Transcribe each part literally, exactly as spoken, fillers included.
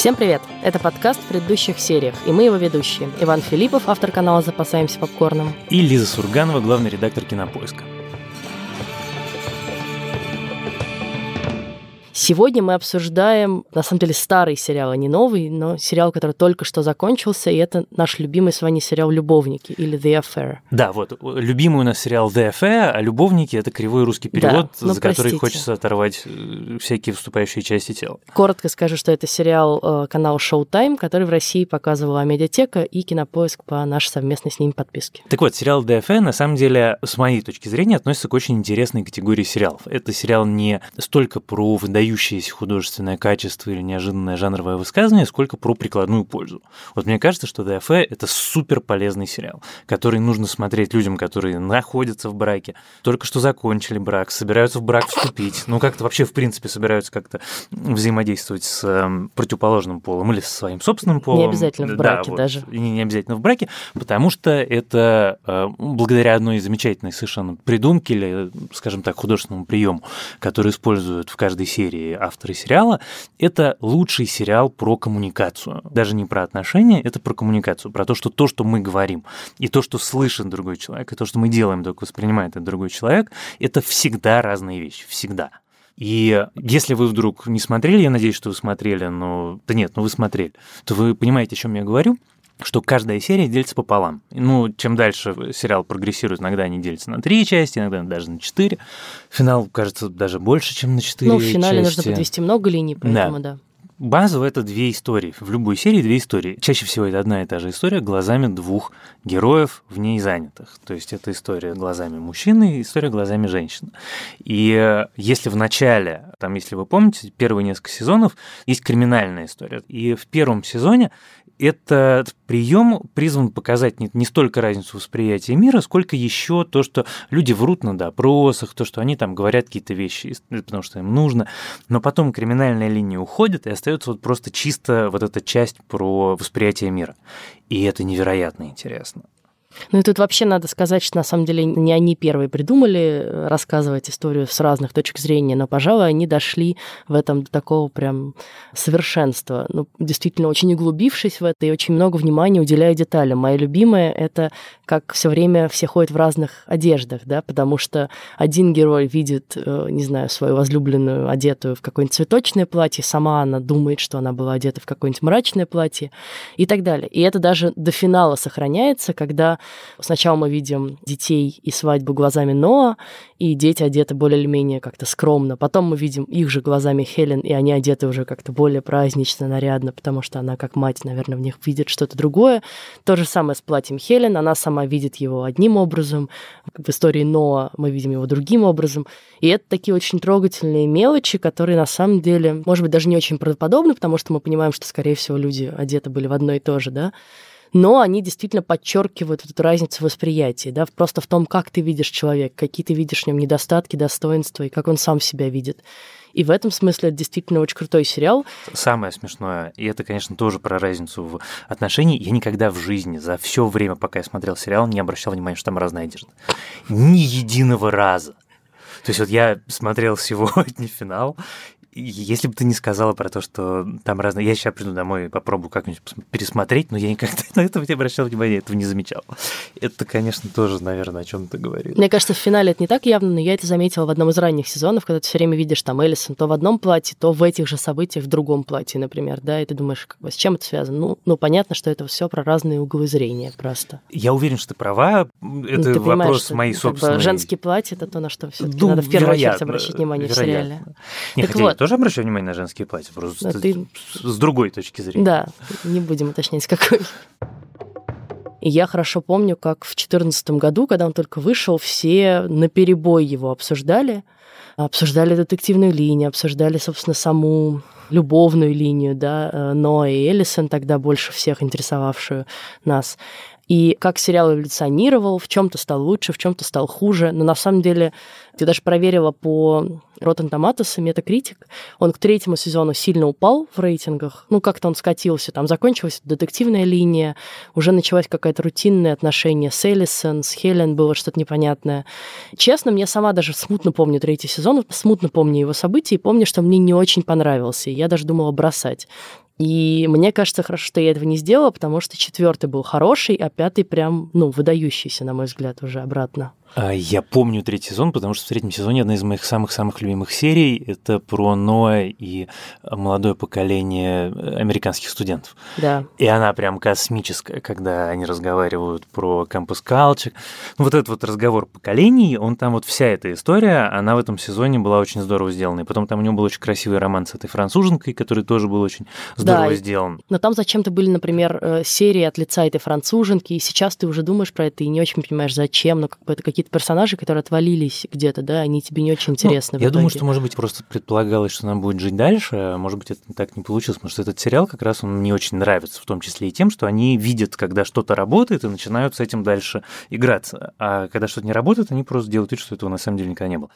Всем привет! Это подкаст в предыдущих сериях, и мы его ведущие. Иван Филиппов, автор канала «Запасаемся попкорном». И Лиза Сурганова, главный редактор «Кинопоиска». Сегодня мы обсуждаем, на самом деле, старый сериал, а не новый, но сериал, который только что закончился, и это наш любимый с вами сериал «Любовники» или «The Affair». Да, вот, любимый у нас сериал «The Affair», а «Любовники» — это кривой русский перевод, да, ну, за простите. который хочется оторвать всякие выступающие части тела. Коротко скажу, что это сериал э, канала Showtime, который в России показывала Амедиатека и Кинопоиск по нашей совместной с ними подписке. Так вот, сериал «The Affair» на самом деле, с моей точки зрения, относится к очень интересной категории сериалов. Это сериал не столько про выдающийся художественное качество или неожиданное жанровое высказывание, сколько про прикладную пользу. Вот мне кажется, что «The Affair» — это супер полезный сериал, который нужно смотреть людям, которые находятся в браке, только что закончили брак, собираются в брак вступить, ну как-то вообще в принципе собираются как-то взаимодействовать с противоположным полом или со своим собственным полом. Не обязательно в браке да, вот, даже. И не обязательно в браке, потому что это благодаря одной замечательной совершенно придумке или, скажем так, художественному приему, который используют в каждой серии авторы сериала, это лучший сериал про коммуникацию. Даже не про отношения, это про коммуникацию, про то, что то, что мы говорим, и то, что слышит другой человек, и то, что мы делаем, только воспринимает этот другой человек, это всегда разные вещи, всегда. И если вы вдруг не смотрели, я надеюсь, что вы смотрели, но... Да нет, ну вы смотрели, то вы понимаете, о чем я говорю, что каждая серия делится пополам. Ну, чем дальше сериал прогрессирует, иногда они делятся на три части, иногда даже на четыре. Финал, кажется, даже больше, чем на четыре части. Ну, в финале части. Нужно подвести много линий, поэтому да. да. Базово это две истории. В любой серии две истории. Чаще всего это одна и та же история глазами двух героев в ней занятых. То есть это история глазами мужчины и история глазами женщины. И если в начале, там, если вы помните, первые несколько сезонов есть криминальная история. И в первом сезоне этот прием призван показать не, не столько разницу восприятия мира, сколько еще то, что люди врут на допросах, то, что они там говорят какие-то вещи, потому что им нужно. Но потом криминальная линия уходит, и остается вот просто чисто вот эта часть про восприятие мира. И это невероятно интересно. Ну и тут вообще надо сказать, что на самом деле не они первые придумали рассказывать историю с разных точек зрения, но, пожалуй, они дошли в этом до такого прям совершенства. Ну, действительно, очень углубившись в это и очень много внимания уделяя деталям. Моя любимая — это как все время все ходят в разных одеждах, да, потому что один герой видит, не знаю, свою возлюбленную одетую в какое-нибудь цветочное платье, сама она думает, что она была одета в какое-нибудь мрачное платье и так далее. И это даже до финала сохраняется, когда сначала мы видим детей и свадьбу глазами Ноа, и дети одеты более или менее как-то скромно. Потом мы видим их же глазами Хелен, и они одеты уже как-то более празднично, нарядно, потому что она, как мать, наверное, в них видит что-то другое. То же самое с платьем Хелен. Она сама видит его одним образом. В истории Ноа мы видим его другим образом. И это такие очень трогательные мелочи, которые на самом деле, может быть, даже не очень правдоподобны, потому что мы понимаем, что, скорее всего, люди одеты были в одно и то же, да? Но они действительно подчеркивают эту разницу восприятия, да, просто в том, как ты видишь человека, какие ты видишь в нем недостатки, достоинства, и как он сам себя видит. И в этом смысле это действительно очень крутой сериал. Самое смешное, и это, конечно, тоже про разницу в отношении, я никогда в жизни, за все время, пока я смотрел сериал, не обращал внимания, что там разная одежда. Ни единого раза. То есть вот я смотрел сегодня финал, если бы ты не сказала про то, что там разные... Я сейчас приду домой и попробую как-нибудь пересмотреть, но я никогда на это не обращал внимания, этого не замечал. Это, конечно, тоже, наверное, о чем ты говоришь. Мне кажется, в финале это не так явно, но я это заметила в одном из ранних сезонов, когда ты все время видишь там Эллисон то в одном платье, то в этих же событиях в другом платье, например, да, и ты думаешь, как бы, с чем это связано? Ну, ну, понятно, что это все про разные углы зрения просто. Я уверен, что ты права. Это ну, вопрос моей собственной... Женские платья — это то, на что все-таки ну, надо в первую очередь обращать внимание вероятно. В сериале. Не, так хотя вот. Я тоже обращаю внимание на женские платья, просто да, ты... с другой точки зрения. Да, не будем уточнять, с какой. И я хорошо помню, как в две тысячи четырнадцатом году, когда он только вышел, все наперебой его обсуждали. Обсуждали детективную линию, обсуждали, собственно, саму любовную линию, да, Ноа и Эллисон, тогда больше всех интересовавшую нас. И как сериал эволюционировал, в чем-то стал лучше, в чем-то стал хуже. Но на самом деле, я даже проверила по Rotten Tomatoes и Metacritic, он к третьему сезону сильно упал в рейтингах. Ну, как-то он скатился. Там закончилась детективная линия, уже началась какая-то рутинное отношение с Эллисон, с Хелен, было что-то непонятное. Честно, мне сама даже смутно помню третий сезон, смутно помню его события и помню, что мне не очень понравился. И я даже думала бросать. И мне кажется, хорошо, что я этого не сделала, потому что четвертый был хороший, а пятый прям, ну, выдающийся, на мой взгляд, уже обратно. Я помню третий сезон, потому что в третьем сезоне одна из моих самых-самых любимых серий – это про Ноа и молодое поколение американских студентов. Да. И она прям космическая, когда они разговаривают про кампус калчер. Ну, вот этот вот разговор поколений, он там вот вся эта история, она в этом сезоне была очень здорово сделана. И потом там у него был очень красивый роман с этой француженкой, который тоже был очень здорово да, сделан. Но там зачем-то были, например, серии от лица этой француженки, и сейчас ты уже думаешь про это и не очень понимаешь, зачем, но как бы это какие-то персонажи, которые отвалились где-то, да, они тебе не очень интересны. Ну, я думаю, что, может быть, просто предполагалось, что она будет жить дальше, а может быть, это так не получилось, потому что этот сериал как раз он мне очень нравится, в том числе и тем, что они видят, когда что-то работает, и начинают с этим дальше играться. А когда что-то не работает, они просто делают вид, что этого на самом деле никогда не было.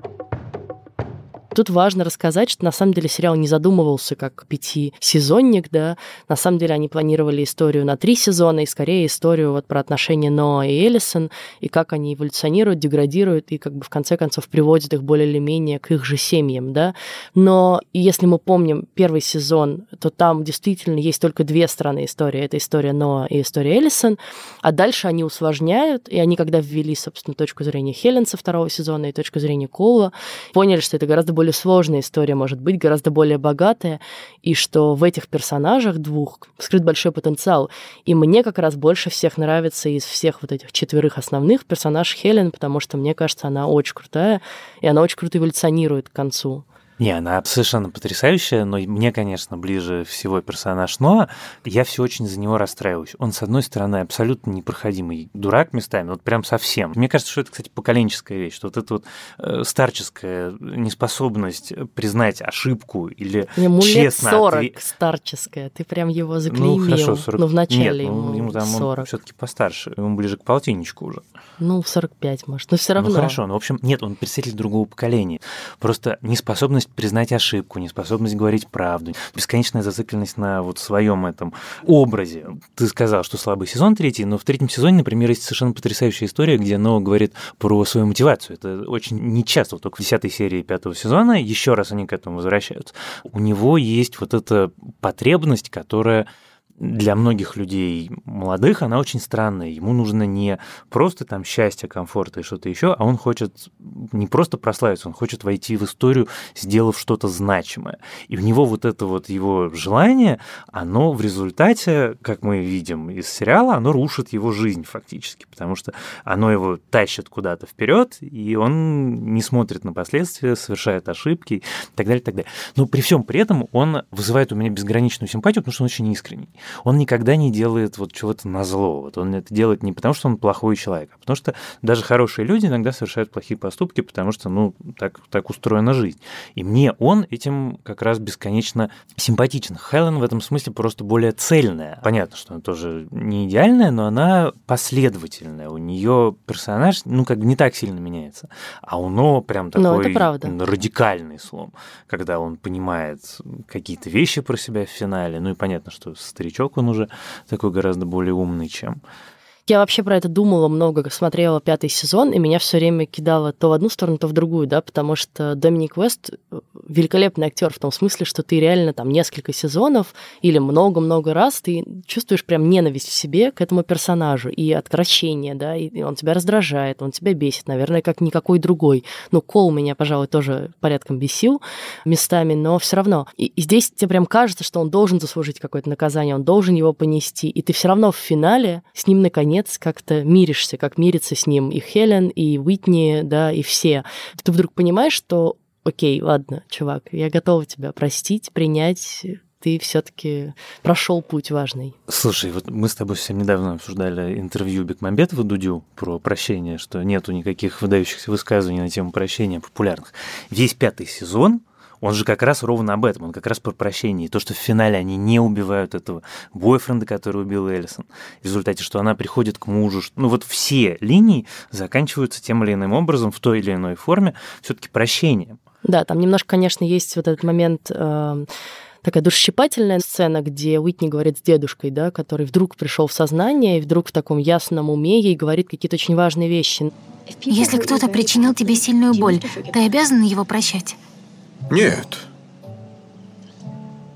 Тут важно рассказать, что на самом деле сериал не задумывался как пятисезонник, да, на самом деле они планировали историю на три сезона, и скорее историю вот про отношения Ноа и Элисон, и как они эволюционируют, деградируют, и как бы в конце концов приводят их более или менее к их же семьям, да. Но если мы помним первый сезон, то там действительно есть только две стороны истории, это история Ноа и история Элисон, а дальше они усложняют, и они, когда ввели, собственно, точку зрения Хелен со второго сезона и точку зрения Коула, поняли, что это гораздо более сложная история, может быть, гораздо более богатая, и что в этих персонажах двух скрыт большой потенциал. И мне как раз больше всех нравится из всех вот этих четверых основных персонаж Хелен, потому что, мне кажется, она очень крутая, и она очень круто эволюционирует к концу. Не, она совершенно потрясающая, но мне, конечно, ближе всего персонаж Ноа. Я все очень за него расстраиваюсь. Он, с одной стороны, абсолютно непроходимый дурак местами, вот прям совсем. Мне кажется, что это, кстати, поколенческая вещь, что вот эта вот э, старческая неспособность признать ошибку или ему честно... лет сорок, отве... старческая, ты прям его заклеймил. Ну, хорошо, сорок... Ну, вначале Нет, ну, ему там сорок. Он все-таки постарше, ему ближе к полтинничку уже. Ну, сорок пять, может, но все равно. Ну, хорошо, но, в общем, нет, он представитель другого поколения. Просто неспособность признать ошибку, неспособность говорить правду, бесконечная зацикленность на вот своем этом образе. Ты сказал, что слабый сезон третий, но в третьем сезоне, например, есть совершенно потрясающая история, где Ноа говорит про свою мотивацию. Это очень нечасто, вот только в десятой серии пятого сезона, еще раз они к этому возвращаются. У него есть вот эта потребность, которая для многих людей молодых она очень странная. Ему нужно не просто там счастье, комфорт и что-то еще, а он хочет не просто прославиться, он хочет войти в историю, сделав что-то значимое. И у него вот это вот его желание, оно в результате, как мы видим из сериала, оно рушит его жизнь фактически, потому что оно его тащит куда-то вперед, и он не смотрит на последствия, совершает ошибки и так далее, и так далее. Но при всем при этом он вызывает у меня безграничную симпатию, потому что он очень искренний. Он никогда не делает вот чего-то назло. Вот он это делает не потому, что он плохой человек, а потому что даже хорошие люди иногда совершают плохие поступки, потому что, ну, так, так устроена жизнь. И мне он этим как раз бесконечно симпатичен. Хелен в этом смысле просто более цельная. Понятно, что она тоже не идеальная, но она последовательная. У нее персонаж, ну, как бы не так сильно меняется. А у Ноа прям такой радикальный слом, когда он понимает какие-то вещи про себя в финале. Ну и понятно, что старичок он уже такой гораздо более умный, чем... Я вообще про это думала много, смотрела пятый сезон, и меня все время кидало то в одну сторону, то в другую, да, потому что Доминик Уэст великолепный актер в том смысле, что ты реально там несколько сезонов или много-много раз ты чувствуешь прям ненависть в себе к этому персонажу и отвращение, да, и он тебя раздражает, он тебя бесит, наверное, как никакой другой. Ну, Кол меня, пожалуй, тоже порядком бесил местами, но все равно. И, и здесь тебе прям кажется, что он должен заслужить какое-то наказание, он должен его понести, и ты все равно в финале с ним наконец как-то миришься, как мирится с ним и Хелен, и Уитни, да, и все. Ты вдруг понимаешь, что окей, ладно, чувак, я готова тебя простить, принять, ты все-таки прошел путь важный. Слушай, вот мы с тобой совсем недавно обсуждали интервью Бекмамбетова Дудю про прощение, что нету никаких выдающихся высказываний на тему прощения популярных. Весь пятый сезон он же как раз ровно об этом, он как раз про прощение. И то, что в финале они не убивают этого бойфренда, который убил Элисон, в результате, что она приходит к мужу. Ну вот все линии заканчиваются тем или иным образом, в той или иной форме, все-таки прощением. Да, там немножко, конечно, есть вот этот момент... Э- такая душещипательная сцена, где Уитни говорит с дедушкой, да, который вдруг пришел в сознание и вдруг в таком ясном уме ей говорит какие-то очень важные вещи. Если кто-то причинил тебе сильную боль, ты обязан его прощать? Нет.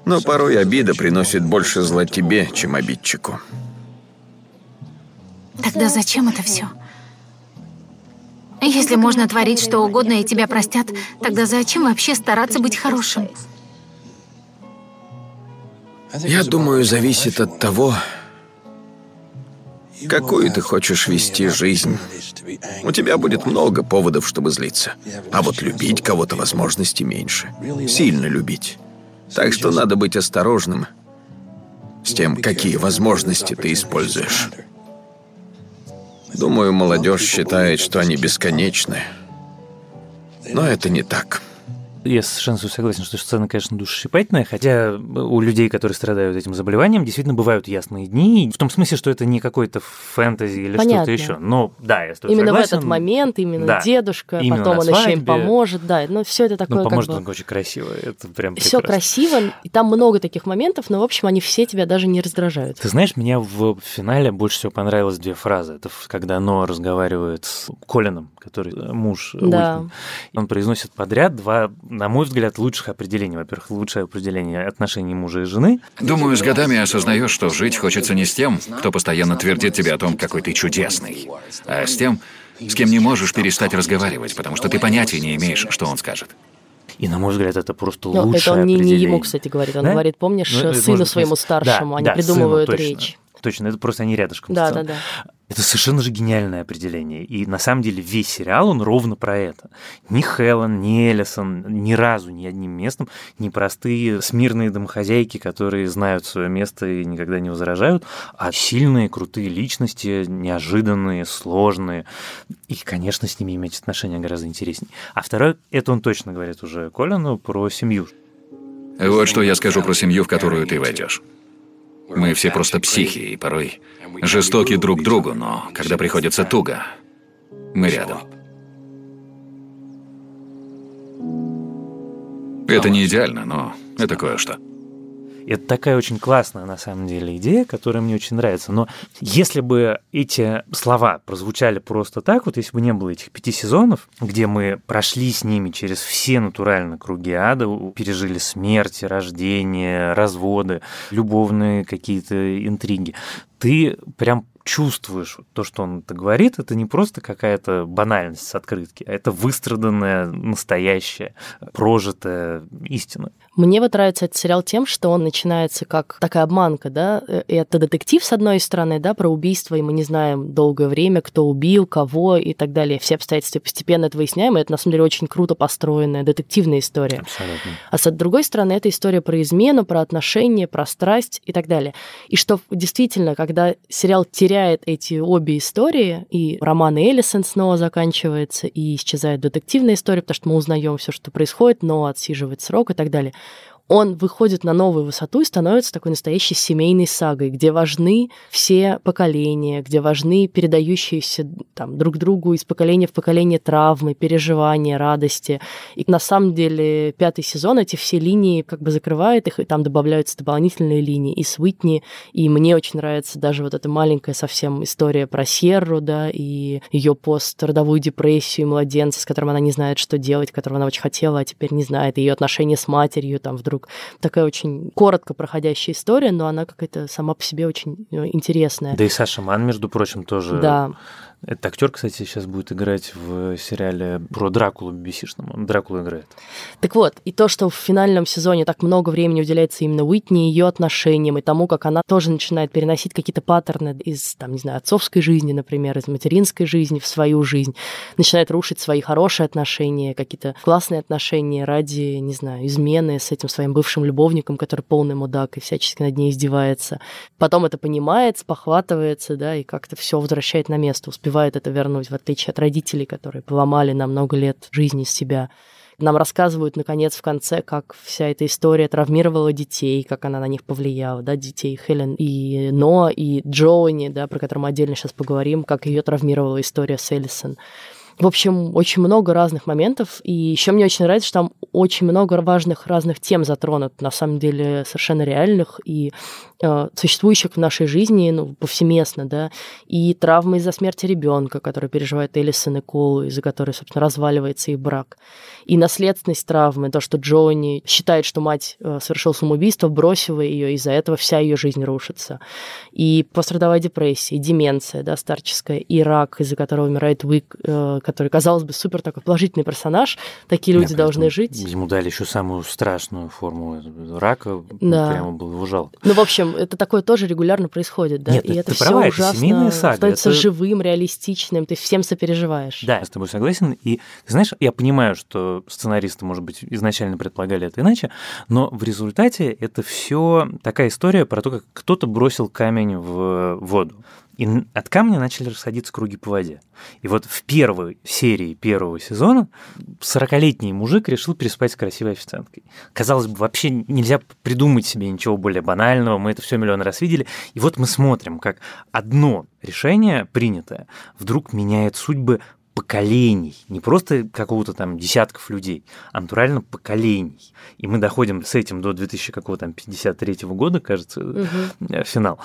Но порой обида приносит больше зла тебе, чем обидчику. Тогда зачем это все? Если можно творить что угодно и тебя простят, тогда зачем вообще стараться быть хорошим? Я думаю, зависит от того, какую ты хочешь вести жизнь. У тебя будет много поводов, чтобы злиться. А вот любить кого-то возможности меньше. Сильно любить. Так что надо быть осторожным с тем, какие возможности ты используешь. Думаю, молодежь считает, что они бесконечны. Но это не так. Я совершенно согласен, что сцена, конечно, душесчипательная, хотя у людей, которые страдают этим заболеванием, действительно бывают ясные дни, в том смысле, что это не какой-то фэнтези или Понятно. что-то еще. Но да, я с тобой именно согласен. в этот момент, именно да. дедушка, именно потом он свадьбе. еще им поможет, да, но все это такое ну, поможет как бы... он очень красиво, это прям Все прекрасно. красиво, и там много таких моментов, но, в общем, они все тебя даже не раздражают. Ты знаешь, мне в финале больше всего понравилось две фразы. Это когда Ноа разговаривает с Колином, который муж Да. Уитни. Он произносит подряд два, на мой взгляд, лучших определений. Во-первых, лучшее определение отношений мужа и жены. Думаю, с годами осознаешь, что жить хочется не с тем, кто постоянно твердит тебе о том, какой ты чудесный, а с тем, с кем не можешь перестать разговаривать, потому что ты понятия не имеешь, что он скажет. И, на мой взгляд, это просто Но лучшее это он не, не определение. ему, кстати, говорит. Он Да? говорит, помнишь, Ну, это сыну может своему быть- старшему, да, они да, придумывают сыну, точно. речь. Точно, это просто они рядышком. Да, стоят. да, да. Это совершенно же гениальное определение. И на самом деле весь сериал, он ровно про это. Ни Хелен, ни Эллисон ни разу, ни одним местом, не простые смирные домохозяйки, которые знают свое место и никогда не возражают, а сильные, крутые личности, неожиданные, сложные. И, конечно, с ними иметь отношения гораздо интереснее. А второе, это он точно говорит уже Колину про семью. Вот что я скажу про семью, в которую ты войдешь. Мы все просто психи, и порой жестоки друг к другу, но когда приходится туго, мы рядом. Это не идеально, но это кое-что. Это такая очень классная, на самом деле, идея, которая мне очень нравится. Но если бы эти слова прозвучали просто так, вот если бы не было этих пяти сезонов, где мы прошли с ними через все натурально круги ада, пережили смерти, рождение, разводы, любовные какие-то интриги, ты прям чувствуешь то, что он это говорит, это не просто какая-то банальность с открытки, а это выстраданная, настоящая, прожитая истина. Мне вот нравится этот сериал тем, что он начинается как такая обманка, да, и это детектив, с одной стороны, да, про убийство, и мы не знаем долгое время, кто убил, кого и так далее. Все обстоятельства постепенно это выясняем, и это, на самом деле, очень круто построенная детективная история. Абсолютно. А с другой стороны, это история про измену, про отношения, про страсть и так далее. И что действительно, когда сериал теряет эти обе истории, и роман Эллисон снова заканчивается, и исчезает детективная история, потому что мы узнаем все, что происходит, но отсиживает срок и так далее, он выходит на новую высоту и становится такой настоящей семейной сагой, где важны все поколения, где важны передающиеся там, друг другу из поколения в поколение травмы, переживания, радости. И на самом деле пятый сезон эти все линии как бы закрывает их, и там добавляются дополнительные линии и с Уитни, и мне очень нравится даже вот эта маленькая совсем история про Сьерру, да, и ее постродовую депрессию младенца, с которым она не знает, что делать, которого она очень хотела, а теперь не знает, ее отношения с матерью там вдруг. Такая очень коротко проходящая история, но она какая-то сама по себе очень интересная. Да и Саша Ман, между прочим, тоже... Да. Этот актер, кстати, сейчас будет играть в сериале про Дракулу би би си-шном. Он Дракулу играет. Так вот, и то, что в финальном сезоне так много времени уделяется именно Уитни, ее отношениям, и тому, как она тоже начинает переносить какие-то паттерны из, там, не знаю, отцовской жизни, например, из материнской жизни в свою жизнь, начинает рушить свои хорошие отношения, какие-то классные отношения ради, не знаю, измены с этим своим бывшим любовником, который полный мудак и всячески над ней издевается. Потом это понимает, спохватывается, да, и как-то все возвращает на место, успевает это вернуть, в отличие от родителей, которые поломали на много лет жизни из себя. Нам рассказывают, наконец, в конце, как вся эта история травмировала детей, как она на них повлияла, да, детей Хелен и Ноа, и Джоуни, да, про которую мы отдельно сейчас поговорим, как ее травмировала история с Эллисон. В общем, очень много разных моментов, и еще мне очень нравится, что там очень много важных разных тем затронут, на самом деле совершенно реальных, и существующих в нашей жизни, ну, повсеместно, да, и травмы из-за смерти ребенка, который переживает Элисон и Кол, из-за которой, собственно, разваливается их брак, и наследственность травмы, то, что Джонни считает, что мать совершила самоубийство, бросила ее, из-за этого вся ее жизнь рушится, и пострадовая депрессия, и деменция, да, старческая, и рак, из-за которого умирает Уик, который, казалось бы, супер такой положительный персонаж, такие люди да, должны жить. Ему дали еще самую страшную форму рака, да. Прямо было его жалко. Ну, в общем, это такое тоже регулярно происходит, да, Нет, и это все права, ужасно это семейная сага, становится это... живым, реалистичным, ты всем сопереживаешь. Да, я с тобой согласен, и, ты знаешь, я понимаю, что сценаристы, может быть, изначально предполагали это иначе, но в результате это все такая история про то, как кто-то бросил камень в воду. И от камня начали расходиться круги по воде. И вот в первой серии первого сезона сорокалетний мужик решил переспать с красивой официанткой. Казалось бы, вообще нельзя придумать себе ничего более банального, мы это все миллион раз видели. И вот мы смотрим, как одно решение, принятое, вдруг меняет судьбы поколений, не просто какого-то там десятков людей, а натурально поколений. И мы доходим с этим до две тысячи пятьдесят третьего года, кажется, угу. финал.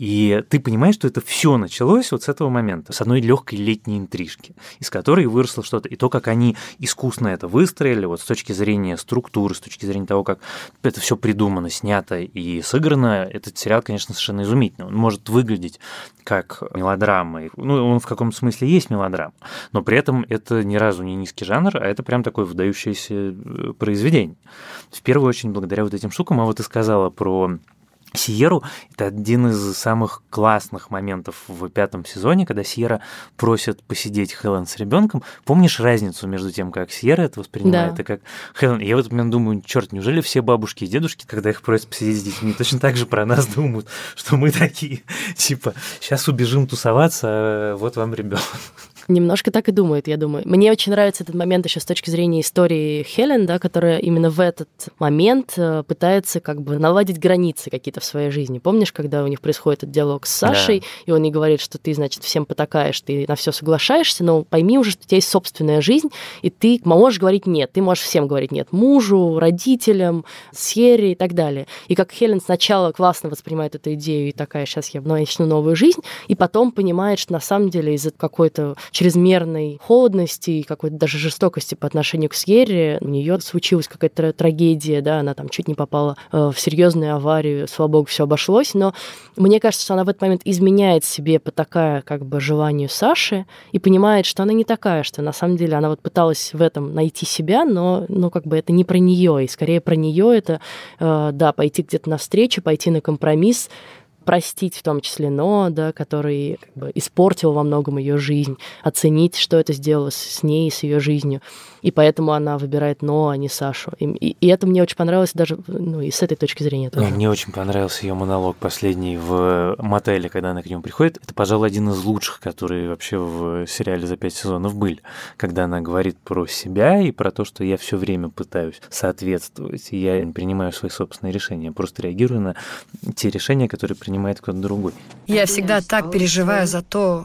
И ты понимаешь, что это все началось вот с этого момента, с одной легкой летней интрижки, из которой выросло что-то. И то, как они искусно это выстроили, вот с точки зрения структуры, с точки зрения того, как это все придумано, снято и сыграно, этот сериал, конечно, совершенно изумительный. Он может выглядеть как мелодрама. Ну, он в каком смысле есть мелодрама, но при этом это ни разу не низкий жанр, а это прям такое выдающееся произведение. В первую очередь благодаря вот этим штукам. А вот ты сказала про Сиеру. Это один из самых классных моментов в пятом сезоне, когда Сиера просит посидеть Хелен с ребенком. Помнишь разницу между тем, как Сиера это воспринимает, да. и как Хелен? Я в этот момент думаю, черт, неужели все бабушки и дедушки, когда их просят посидеть с детьми, точно так же про нас думают, что мы такие, типа, сейчас убежим тусоваться, а вот вам ребенок. Немножко так и думают, я думаю. Мне очень нравится этот момент еще с точки зрения истории Хелен, да, которая именно в этот момент пытается как бы наладить границы какие-то в своей жизни. Помнишь, когда у них происходит этот диалог с Сашей, да. и он ей говорит, что ты, значит, всем потакаешь, ты на все соглашаешься, но пойми уже, что у тебя есть собственная жизнь, и ты можешь говорить нет. Ты можешь всем говорить нет. Мужу, родителям, Сьерре и так далее. И как Хелен сначала классно воспринимает эту идею и такая, сейчас я начну новую жизнь, и потом понимает, что на самом деле из-за какой-то чрезмерной холодности и какой-то даже жестокости по отношению к Сьерре у нее случилась какая-то трагедия, да, она там чуть не попала в серьезную аварию, слава богу, все обошлось, но мне кажется, что она в этот момент изменяет себе потакая как бы желанию Саши и понимает, что она не такая, что на самом деле она вот пыталась в этом найти себя, но, но как бы это не про нее, и скорее про нее это, да, пойти где-то навстречу, пойти на компромисс, простить в том числе Но, да, который как бы испортил во многом ее жизнь, оценить, что это сделало с ней, с ее жизнью. И поэтому она выбирает Но, а не Сашу. И, и, и это мне очень понравилось даже ну, и с этой точки зрения тоже. Мне очень понравился ее монолог последний в мотеле, когда она к нему приходит. Это, пожалуй, один из лучших, которые вообще в сериале за пять сезонов были. Когда она говорит про себя и про то, что я все время пытаюсь соответствовать, и я не принимаю свои собственные решения, я просто реагирую на те решения, которые принимает кто-то другой. Я всегда так переживаю за то,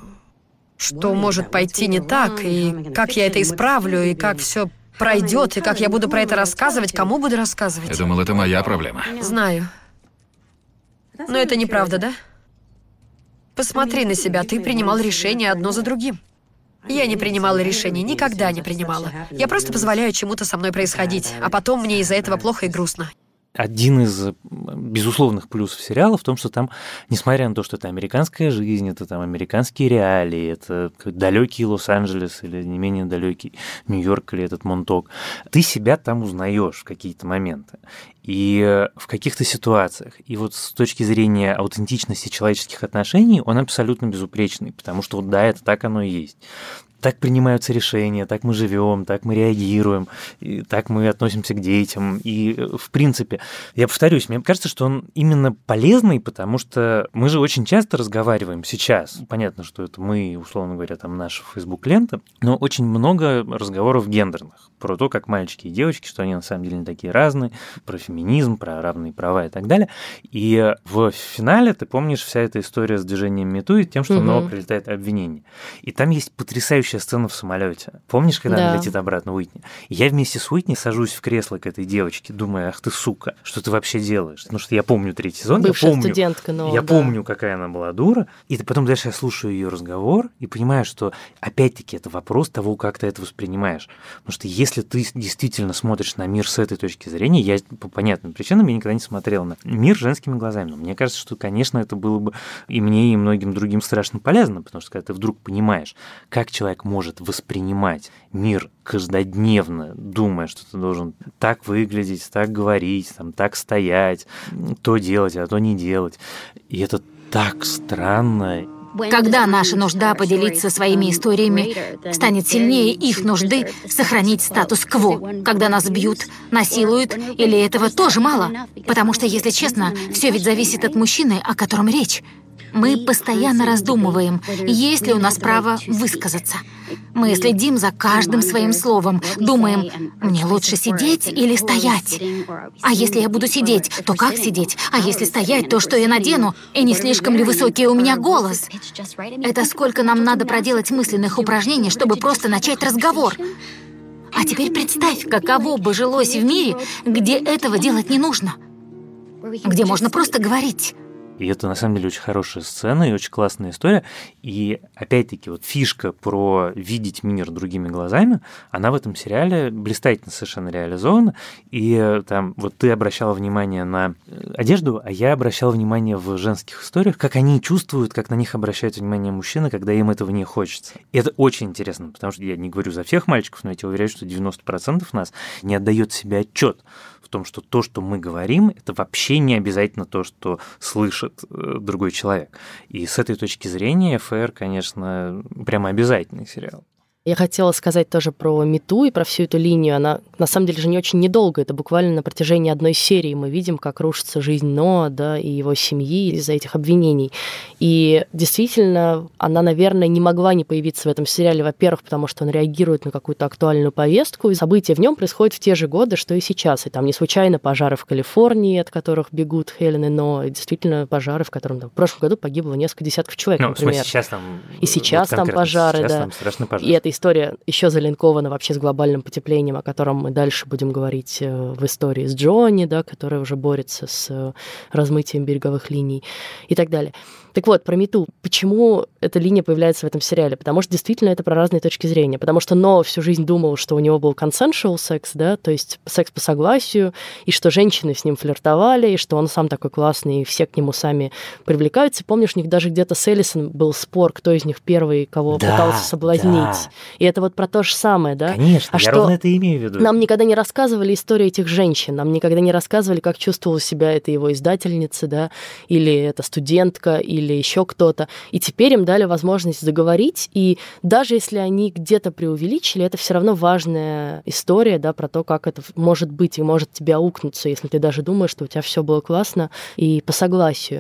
что может пойти не так, и как я это исправлю, и как все пройдет, и как я буду про это рассказывать, кому буду рассказывать. Я думал, это моя проблема. Знаю. Но это неправда, да? Посмотри на себя, ты принимал решения одно за другим. Я не принимала решений, никогда не принимала. Я просто позволяю чему-то со мной происходить, а потом мне из-за этого плохо и грустно. Один из безусловных плюсов сериала в том, что там, несмотря на то, что это американская жизнь, это там американские реалии, это далекий Лос-Анджелес или не менее далекий Нью-Йорк или этот Монток, ты себя там узнаешь в какие-то моменты и в каких-то ситуациях. И вот с точки зрения аутентичности человеческих отношений он абсолютно безупречный, потому что вот да, это так оно и есть. Так принимаются решения, так мы живем, так мы реагируем, и так мы относимся к детям. И, в принципе, я повторюсь, мне кажется, что он именно полезный, потому что мы же очень часто разговариваем сейчас. Понятно, что это мы, условно говоря, там наша Facebook-лента, но очень много разговоров гендерных. про то, как мальчики и девочки, что они на самом деле не такие разные, про феминизм, про равные права и так далее. И в финале, ты помнишь, вся эта история с движением МeToo и тем, что mm-hmm. на него прилетает обвинение. И там есть потрясающая сцена в самолете. Помнишь, когда да. она летит обратно Уитни? И я вместе с Уитни сажусь в кресло к этой девочке, думаю, ах ты сука, что ты вообще делаешь? Потому что я помню третий сезон, бывшая я помню, студентка, но, я да. помню, какая она была дура. И потом дальше я слушаю ее разговор и понимаю, что опять-таки это вопрос того, как ты это воспринимаешь. Потому что если ты действительно смотришь на мир с этой точки зрения, я по понятным причинам я никогда не смотрел на мир женскими глазами. Но мне кажется, что, конечно, это было бы и мне, и многим другим страшно полезно, потому что когда ты вдруг понимаешь, как человек может воспринимать мир каждодневно, думая, что ты должен так выглядеть, так говорить, там, так стоять, то делать, а то не делать. И это так странно. Когда наша нужда поделиться своими историями станет сильнее их нужды сохранить статус-кво, когда нас бьют, насилуют, или этого тоже мало? Потому что, если честно, все ведь зависит от мужчины, о котором речь. Мы постоянно раздумываем, есть ли у нас право высказаться. Мы следим за каждым своим словом, думаем, мне лучше сидеть или стоять? А если я буду сидеть, то как сидеть? А если стоять, то что я надену? И не слишком ли высокий у меня голос? Это сколько нам надо проделать мысленных упражнений, чтобы просто начать разговор? А теперь представь, каково бы жилось в мире, где этого делать не нужно, где можно просто говорить. И это, на самом деле, очень хорошая сцена и очень классная история. И, опять-таки, вот фишка про видеть мир другими глазами, она в этом сериале блистательно совершенно реализована. И там вот ты обращала внимание на одежду, а я обращала внимание в женских историях, как они чувствуют, как на них обращают внимание мужчины, когда им этого не хочется. И это очень интересно, потому что я не говорю за всех мальчиков, но я тебе уверяю, что девяносто процентов нас не отдает себе отчет в том, что то, что мы говорим, это вообще не обязательно то, что слышит другой человек. И с этой точки зрения эф эр, конечно, прямо обязательный сериал. Я хотела сказать тоже про MeToo и про всю эту линию. Она, на самом деле, же не очень недолго. Это буквально на протяжении одной серии мы видим, как рушится жизнь Ноа, да, и его семьи из-за этих обвинений. И действительно, она, наверное, не могла не появиться в этом сериале, во-первых, потому что он реагирует на какую-то актуальную повестку, и события в нем происходят в те же годы, что и сейчас. И там не случайно пожары в Калифорнии, от которых бегут Хелен и Ноа, и действительно пожары, в котором там, в прошлом году погибло несколько десятков человек, ну, например. В смысле, сейчас там... И сейчас вот там пожары, сейчас да. Там страшный пожар. И это история еще залинкована вообще с глобальным потеплением, о котором мы дальше будем говорить в истории с Джонни, да, которая уже борется с размытием береговых линий и так далее. Так вот, про MeToo. Почему эта линия появляется в этом сериале? Потому что действительно это про разные точки зрения. Потому что Ноа всю жизнь думал, что у него был consensual секс, да, то есть секс по согласию, и что женщины с ним флиртовали, и что он сам такой классный, и все к нему сами привлекаются. Помнишь, у них даже где-то с Эллисон был спор, кто из них первый, кого да, пытался соблазнить. Да. И это вот про то же самое, да? Конечно, а я что ровно это имею в виду. Нам никогда не рассказывали историю этих женщин, нам никогда не рассказывали, как чувствовала себя эта его издательница, да, или эта студентка, или еще кто-то. И теперь им дали возможность заговорить, и даже если они где-то преувеличили, это все равно важная история, да, про то, как это может быть и может тебе аукнуться, если ты даже думаешь, что у тебя все было классно и по согласию.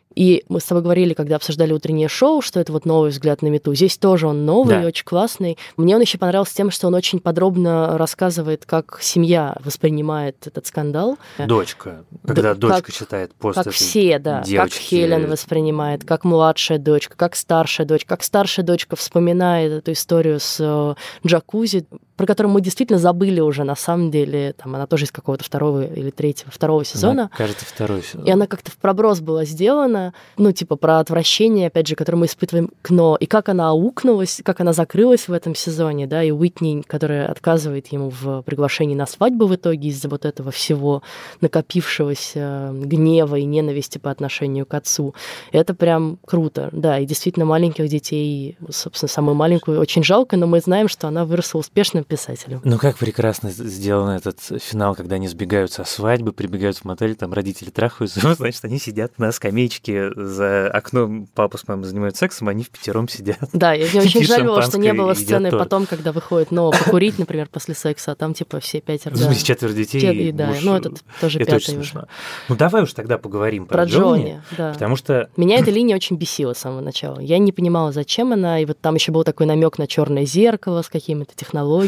И мы с тобой говорили, когда обсуждали утреннее шоу, что это вот новый взгляд на MeToo. Здесь тоже он новый, да. очень классный. Мне он еще понравился тем, что он очень подробно рассказывает, как семья воспринимает этот скандал. Дочка. Когда да, дочка как, читает пост как этой все, да. девочки. Как Хелен воспринимает, как младшая дочка, как старшая дочка, как старшая дочка вспоминает эту историю с джакузи, про которую мы действительно забыли уже, на самом деле. Там она тоже из какого-то второго или третьего, второго сезона. Она, кажется, второй сезон. И она как-то в проброс была сделана, ну, типа, про отвращение, опять же, которое мы испытываем к Ноа, и как она аукнулась, как она закрылась в этом сезоне, да, и Уитни, которая отказывает ему в приглашении на свадьбу в итоге из-за вот этого всего накопившегося гнева и ненависти по отношению к отцу. Это прям круто, да, и действительно маленьких детей, собственно, самую маленькую очень жалко, но мы знаем, что она выросла успешным писателем. Ну, как прекрасно сделан этот финал, когда они сбегаются со свадьбы, прибегают в мотель, там родители трахаются, значит, они сидят на скамеечке за окном, папа с мамой занимаются сексом, они впятером сидят. Да, я очень жалела, что не было сцены потом, когда выходит Ноа покурить, например, после секса, а там типа все пятеро. Да. Четверо детей. Чет... И, да, ну этот тоже это пятый очень уже. Ну давай уж тогда поговорим про, про Джонни, Джонни, да. Потому что... Меня эта линия очень бесила с самого начала. Я не понимала, зачем она, и вот там еще был такой намек на черное зеркало с какими-то технологиями.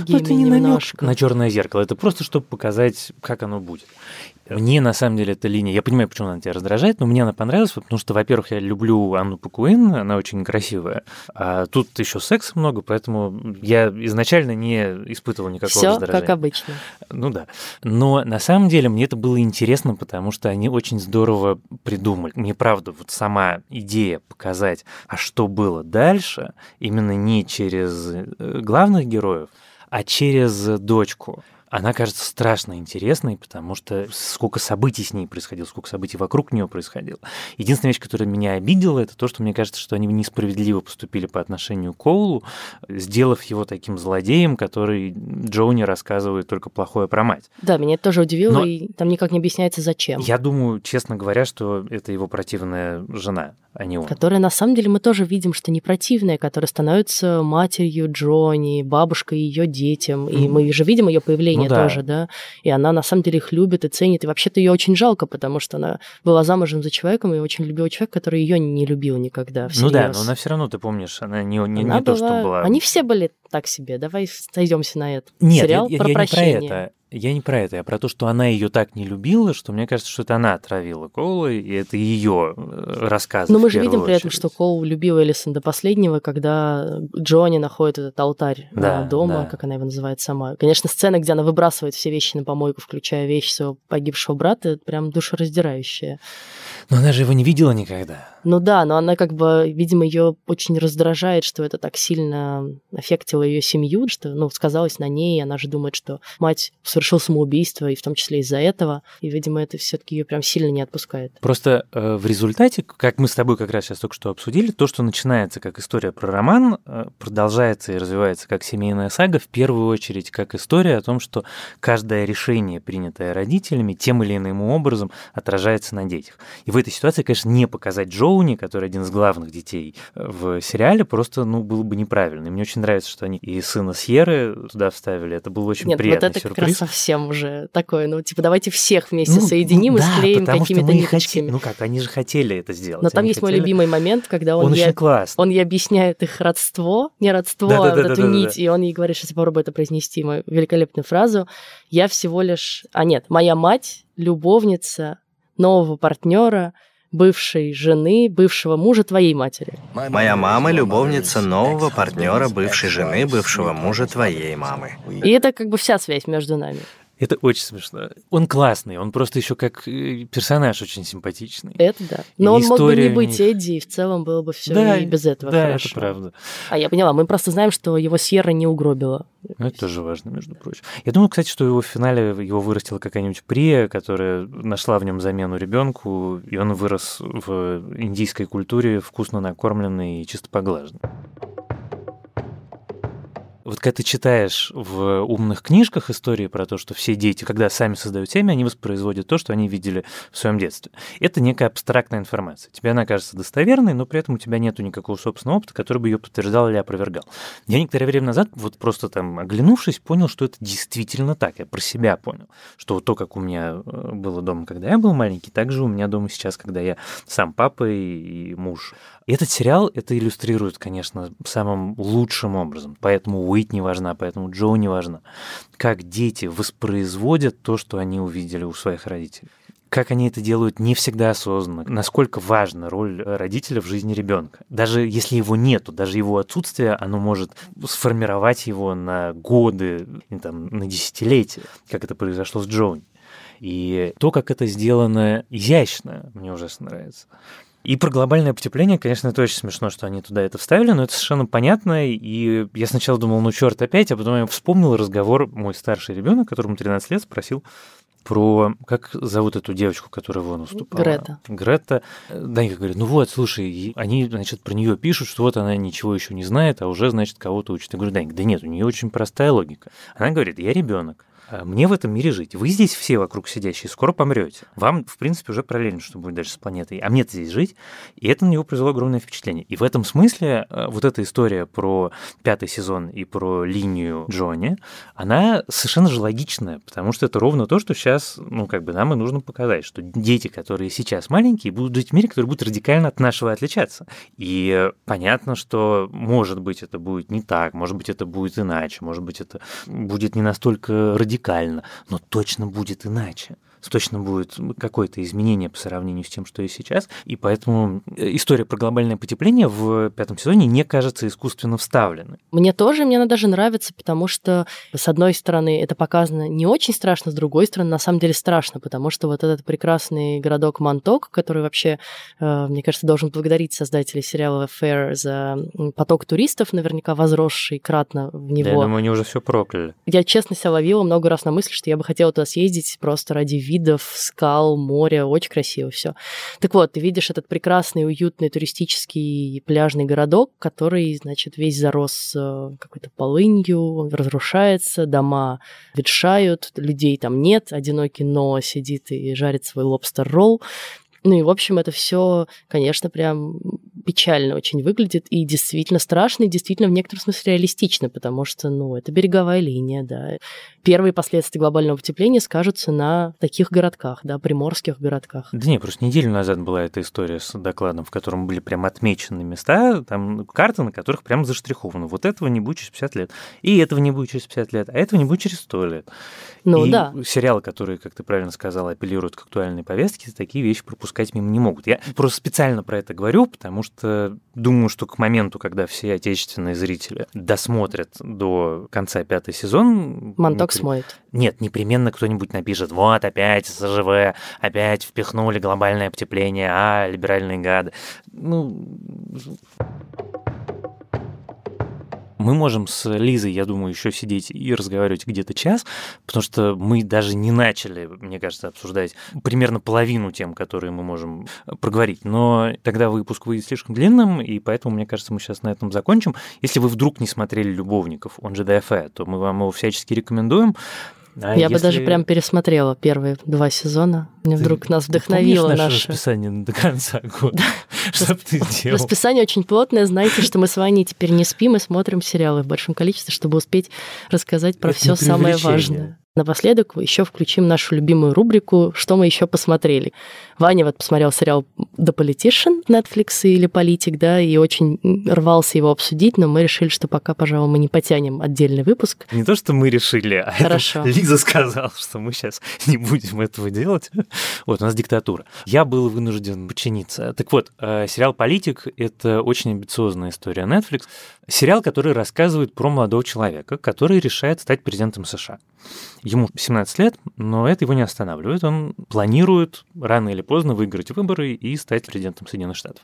ностальгиями это не немножко. намек на черное зеркало, это просто чтобы показать, как оно будет. Мне, на самом деле, эта линия, я понимаю, почему она тебя раздражает, но мне она понравилась, потому что, во-первых, я люблю Анну Пакуин, она очень красивая, а тут еще секса много, поэтому я изначально не испытывал никакого Всё раздражения. как обычно. Ну да. Но на самом деле мне это было интересно, потому что они очень здорово придумали. Мне, правда, вот сама идея показать, а что было дальше, именно не через главных героев, а через дочку. Она кажется страшно интересной, потому что сколько событий с ней происходило, сколько событий вокруг нее происходило. Единственная вещь, которая меня обидела, это то, что мне кажется, что они несправедливо поступили по отношению к Коулу, сделав его таким злодеем, который Джоуни рассказывает только плохое про мать. Да, меня это тоже удивило, Но и там никак не объясняется, зачем. Я думаю, честно говоря, что это его противная жена, а не он. Которая, на самом деле, мы тоже видим, что не противная, которая становится матерью Джонни, бабушкой ее детям, и мы же видим ее появление ну, да. тоже, да, и она, на самом деле, их любит и ценит, и вообще-то ее очень жалко, потому что она была замужем за человеком и очень любила человека, который ее не любил никогда, всерьез. Ну да, но она все равно, ты помнишь, она не, не, она не то, была... что была... Они все были так себе, давай сойдемся на это. Нет, Сериал я, про я прощение. не про это. Я не про это, я про то, что она ее так не любила, что мне кажется, что это она отравила Коула, и это ее рассказ. Но мы же видим при этом, что Коул любил Элисон до последнего, когда Джонни находит этот алтарь да, дома, да. как она его называет сама. Конечно, сцена, где она выбрасывает все вещи на помойку, включая вещи своего погибшего брата, это прям душераздирающая. Но она же его не видела никогда. Ну да, но она как бы, видимо, ее очень раздражает, что это так сильно аффектило ее семью, что, ну, сказалось на ней, она же думает, что мать совершила самоубийство, и в том числе из-за этого, и, видимо, это все-таки ее прям сильно не отпускает. Просто э, в результате, как мы с тобой как раз сейчас только что обсудили, то, что начинается как история про роман, э, продолжается и развивается как семейная сага, в первую очередь как история о том, что каждое решение, принятое родителями, тем или иным образом отражается на детях. И в этой ситуации, конечно, не показать Джоуни, который один из главных детей в сериале, просто, ну, было бы неправильно. И мне очень нравится, что они и сына Сьерры туда вставили. Это был очень Нет, приятный вот это сюрприз. Как раз совсем уже такое, ну, типа, давайте всех вместе ну, соединим ну, и да, склеим какими-то ниточками. Хотели, ну как, они же хотели это сделать. Но там они есть хотели... мой любимый момент, когда он, он, ей, он ей объясняет их родство, не родство, да, а да, вот да, эту да, нить, да, да. и он ей говорит, сейчас я попробую это произнести, мою великолепную фразу. Я всего лишь... А нет, моя мать, любовница нового партнера, бывшей жены, бывшего мужа твоей матери. Моя мама — любовница нового партнера бывшей жены, бывшего мужа твоей мамы. И это как бы вся связь между нами. Это очень смешно. Он классный, он просто еще как персонаж очень симпатичный. Это да. Но и он мог бы не них... быть Эдди, и в целом было бы все да, и без этого да, хорошо. Это правда. А я поняла, мы просто знаем, что его Сьерра не угробила. Ну, это тоже важно, между прочим. Я думаю, кстати, что его в финале его вырастила какая-нибудь Прия, которая нашла в нем замену ребенку, и он вырос в индийской культуре вкусно накормленный и чисто поглаженный. Вот когда ты читаешь в умных книжках истории про то, что все дети, когда сами создают семя, они воспроизводят то, что они видели в своем детстве. Это некая абстрактная информация. Тебе она кажется достоверной, но при этом у тебя нету никакого собственного опыта, который бы ее подтверждал или опровергал. Я некоторое время назад, вот просто там оглянувшись, понял, что это действительно так. Я про себя понял, что вот то, как у меня было дома, когда я был маленький, так же у меня дома сейчас, когда я сам папа и, и муж. И этот сериал это иллюстрирует, конечно, самым лучшим образом. Поэтому Уит не важна, поэтому Джоу не важна. Как дети воспроизводят то, что они увидели у своих родителей. Как они это делают не всегда осознанно. Насколько важна роль родителя в жизни ребенка. Даже если его нету, даже его отсутствие, оно может сформировать его на годы, там, на десятилетия, как это произошло с Джоуни. И то, как это сделано изящно, мне ужасно нравится. И про глобальное потепление, конечно, это очень смешно, что они туда это вставили, но это совершенно понятно. И я сначала думал, ну черт опять, а потом я вспомнил разговор, мой старший ребенок, которому тринадцать лет, спросил про, как зовут эту девочку, которая вон уступала? Грета. Грета. Данька говорит, ну вот, слушай, они, значит, про нее пишут, что вот она ничего еще не знает, а уже, значит, кого-то учит. Я говорю, Данька, да нет, у нее очень простая логика. Она говорит, я ребенок. мне в этом мире жить. Вы здесь все вокруг сидящие скоро помрете. Вам, в принципе, уже параллельно, что будет дальше с планетой. А мне-то здесь жить. И это на него произвело огромное впечатление. И в этом смысле вот эта история про пятый сезон и про линию Джонни, она совершенно же логичная, потому что это ровно то, что сейчас, ну, как бы нам и нужно показать, что дети, которые сейчас маленькие, будут жить в мире, который будет радикально от нашего отличаться. И понятно, что, может быть, это будет не так, может быть, это будет иначе, может быть, это будет не настолько радикально, но точно будет иначе. Точно будет какое-то изменение по сравнению с тем, что и сейчас. И поэтому история про глобальное потепление в пятом сезоне не кажется искусственно вставленной. Мне тоже, мне она даже нравится, потому что, с одной стороны, это показано не очень страшно, с другой стороны, на самом деле страшно, потому что вот этот прекрасный городок Монток, который вообще, мне кажется, должен благодарить создателей сериала Fair за поток туристов, наверняка возросший кратно в него. Да, я думаю, они уже все прокляли. Я честно себя ловила много раз на мысли, что я бы хотела туда съездить просто ради вида, видов, скал, моря, очень красиво все. Так вот, ты видишь этот прекрасный, уютный туристический пляжный городок, который, значит, весь зарос какой-то полынью, он разрушается, дома ветшают, людей там нет, одинокий Ноа сидит и жарит свой лобстер-ролл. Ну и, в общем, это все, конечно, прям печально очень выглядит и действительно страшно, и действительно в некотором смысле реалистично, потому что, ну, это береговая линия, да. Первые последствия глобального потепления скажутся на таких городках, да, приморских городках. Да не, просто неделю назад была эта история с докладом, в котором были прям отмечены места, там карты, на которых прям заштриховано. Вот этого не будет через пятьдесят лет, и этого не будет через пятьдесят лет, а этого не будет через сто лет. Ну и да. Сериалы, которые, как ты правильно сказала, апеллируют к актуальной повестке, такие вещи пропускать мимо не могут. Я просто специально про это говорю, потому что думаю, что к моменту, когда все отечественные зрители досмотрят до конца пятый сезон... Монток непри... смоет. Нет, непременно кто-нибудь напишет: вот опять СЖВ, опять впихнули глобальное потепление, а, либеральные гады. Ну... Мы можем с Лизой, я думаю, еще сидеть и разговаривать где-то час, потому что мы даже не начали, мне кажется, обсуждать примерно половину тем, которые мы можем проговорить. Но тогда выпуск выйдет слишком длинным, и поэтому, мне кажется, мы сейчас на этом закончим. Если вы вдруг не смотрели «Любовников», он же ДФ, то мы вам его всячески рекомендуем. А я если... бы даже прям пересмотрела первые два сезона. Мне вдруг нас вдохновило наше... наше расписание до конца года. Что бы ты делал? Расписание очень плотное. Знаете, что мы с Ваней теперь не спим и смотрим сериалы в большом количестве, чтобы успеть рассказать про все самое важное. Напоследок еще включим нашу любимую рубрику «Что мы еще посмотрели?». Ваня вот посмотрел сериал «The Politician» Netflix или «Политик», да, и очень рвался его обсудить, но мы решили, что пока, пожалуй, мы не потянем отдельный выпуск. Не то, что мы решили, а Хорошо. Это Лиза сказала, что мы сейчас не будем этого делать. Вот, у нас диктатура. Я был вынужден подчиниться. Так вот, сериал «Политик» — это очень амбициозная история Netflix. Сериал, который рассказывает про молодого человека, который решает стать президентом США. Ему семнадцать лет, но это его не останавливает. Он планирует рано или поздно выиграть выборы и стать президентом Соединенных Штатов.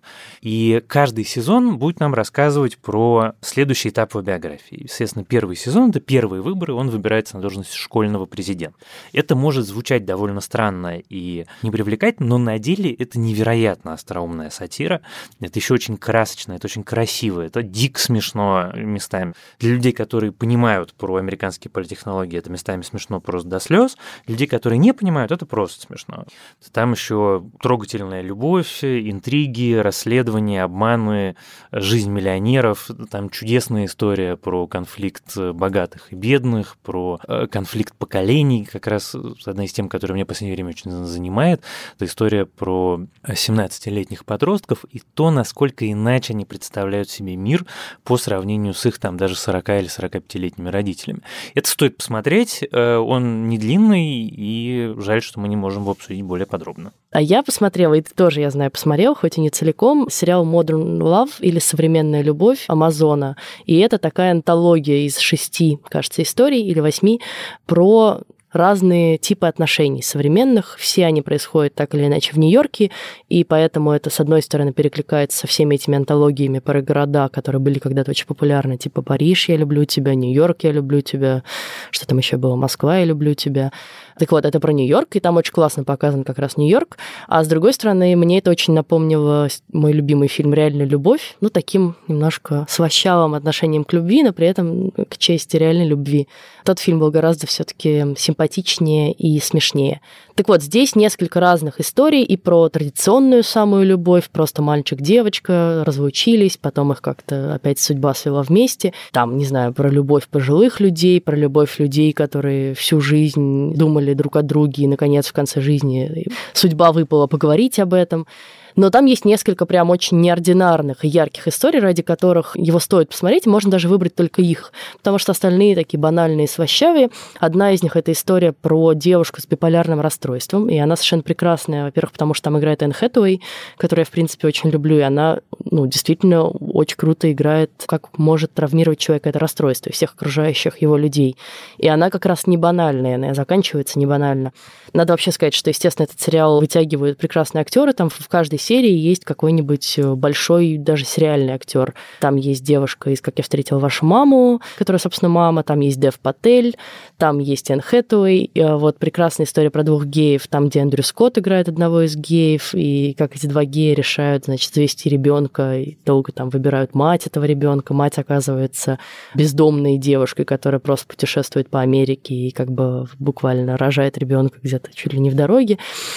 И каждый сезон будет нам рассказывать про следующий этап его биографии. Естественно, первый сезон — это первые выборы, он выбирается на должность школьного президента. Это может звучать довольно странно и непривлекательно, но на деле это невероятно остроумная сатира. Это еще очень красочно, это очень красиво, это дико смешно местами. Для людей, которые понимают про американские политтехнологии, это местами смешно просто до слез. Для людей, которые не понимают, это просто смешно. Там еще трогательная любовь, интриги, расследования, обманы, жизнь миллионеров. Там чудесная история про конфликт богатых и бедных, про конфликт поколений. Как раз одна из тем, которая меня в последнее время очень занимает, это история про семнадцатилетних подростков и то, насколько иначе они представляют себе мир по сравнению с их там даже сорока или сорокапятилетними родителями. Это стоит посмотреть. Он не длинный, и жаль, что мы не можем его обсудить более подробно. А я посмотрела, и ты тоже, я знаю, посмотрел, хоть и не целиком, сериал Modern Love или «Современная любовь» Амазона. И это такая антология из шести, кажется, историй или восьми про разные типы отношений современных. Все они происходят так или иначе в Нью-Йорке, и поэтому это, с одной стороны, перекликается со всеми этими антологиями про города, которые были когда-то очень популярны, типа Париж, я люблю тебя, Нью-Йорк, я люблю тебя, что там еще было, Москва, я люблю тебя. Так вот, это про Нью-Йорк, и там очень классно показан как раз Нью-Йорк. А с другой стороны, мне это очень напомнило мой любимый фильм «Реальная любовь», ну, таким немножко слащавым отношением к любви, но при этом к чести реальной любви. Тот фильм был гораздо все-таки симпатичнее и смешнее. Так вот, здесь несколько разных историй и про традиционную самую любовь, просто мальчик-девочка разлучились, потом их как-то опять судьба свела вместе. Там, не знаю, про любовь пожилых людей, про любовь людей, которые всю жизнь думали друг о друге, и, наконец, в конце жизни судьба выпала поговорить об этом. Но там есть несколько прям очень неординарных и ярких историй, ради которых его стоит посмотреть, и можно даже выбрать только их, потому что остальные такие банальные, слащавые. Одна из них — это история про девушку с биполярным расстройством, и она совершенно прекрасная, во-первых, потому что там играет Энн Хэтэуэй, которую я, в принципе, очень люблю, и она, ну, действительно очень круто играет, как может травмировать человека это расстройство и всех окружающих его людей. И она как раз не банальная, она заканчивается не банально. Надо вообще сказать, что, естественно, этот сериал вытягивают прекрасные актеры, там в каждой серии есть какой-нибудь большой, даже сериальный актер. Там есть девушка из «Как я встретила вашу маму», которая, собственно, мама, там есть Дев Патель, там есть Энн Хэтэуэй. Вот прекрасная история про двух геев, там, где Эндрю Скотт играет одного из геев, и как эти два гея решают, значит, завести ребенка, и долго там выбирают мать этого ребенка. Мать оказывается бездомной девушкой, которая просто путешествует по Америке и как бы буквально рожает ребенка где-то чуть ли не в дороге.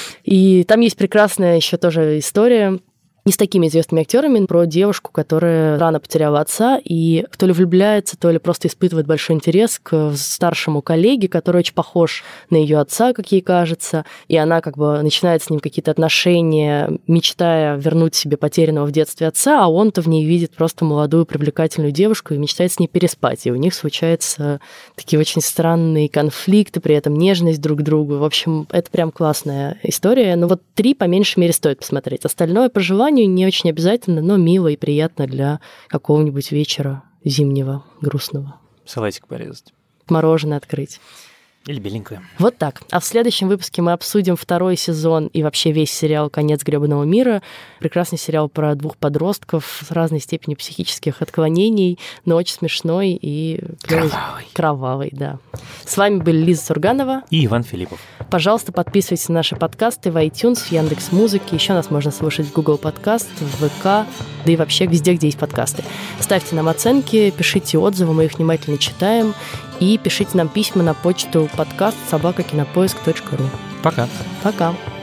И там есть прекрасная еще тоже история не с такими известными актерами, про девушку, которая рано потеряла отца и то ли влюбляется, то ли просто испытывает большой интерес к старшему коллеге, который очень похож на ее отца, как ей кажется, и она как бы начинает с ним какие-то отношения, мечтая вернуть себе потерянного в детстве отца, а он-то в ней видит просто молодую привлекательную девушку и мечтает с ней переспать, и у них случаются такие очень странные конфликты, при этом нежность друг к другу. В общем, это прям классная история. Но вот три, по меньшей мере, стоит посмотреть. Остальное по желанию не очень обязательно, но мило и приятно для какого-нибудь вечера зимнего, грустного. Салатик порезать. Мороженое открыть. Или беленькое. Вот так. А в следующем выпуске мы обсудим второй сезон и вообще весь сериал «Конец грёбаного мира». Прекрасный сериал про двух подростков с разной степенью психических отклонений, но очень смешной и... Кровавый. Кровавый, да. С вами были Лиза Сурганова и Иван Филиппов. Пожалуйста, подписывайтесь на наши подкасты в iTunes, в Яндекс.Музыке. Еще нас можно слушать в Google Подкаст, в ВК, да и вообще везде, где есть подкасты. Ставьте нам оценки, пишите отзывы, мы их внимательно читаем. И пишите нам письма на почту подкаст собака кинопоиск точка ру. Пока. Пока.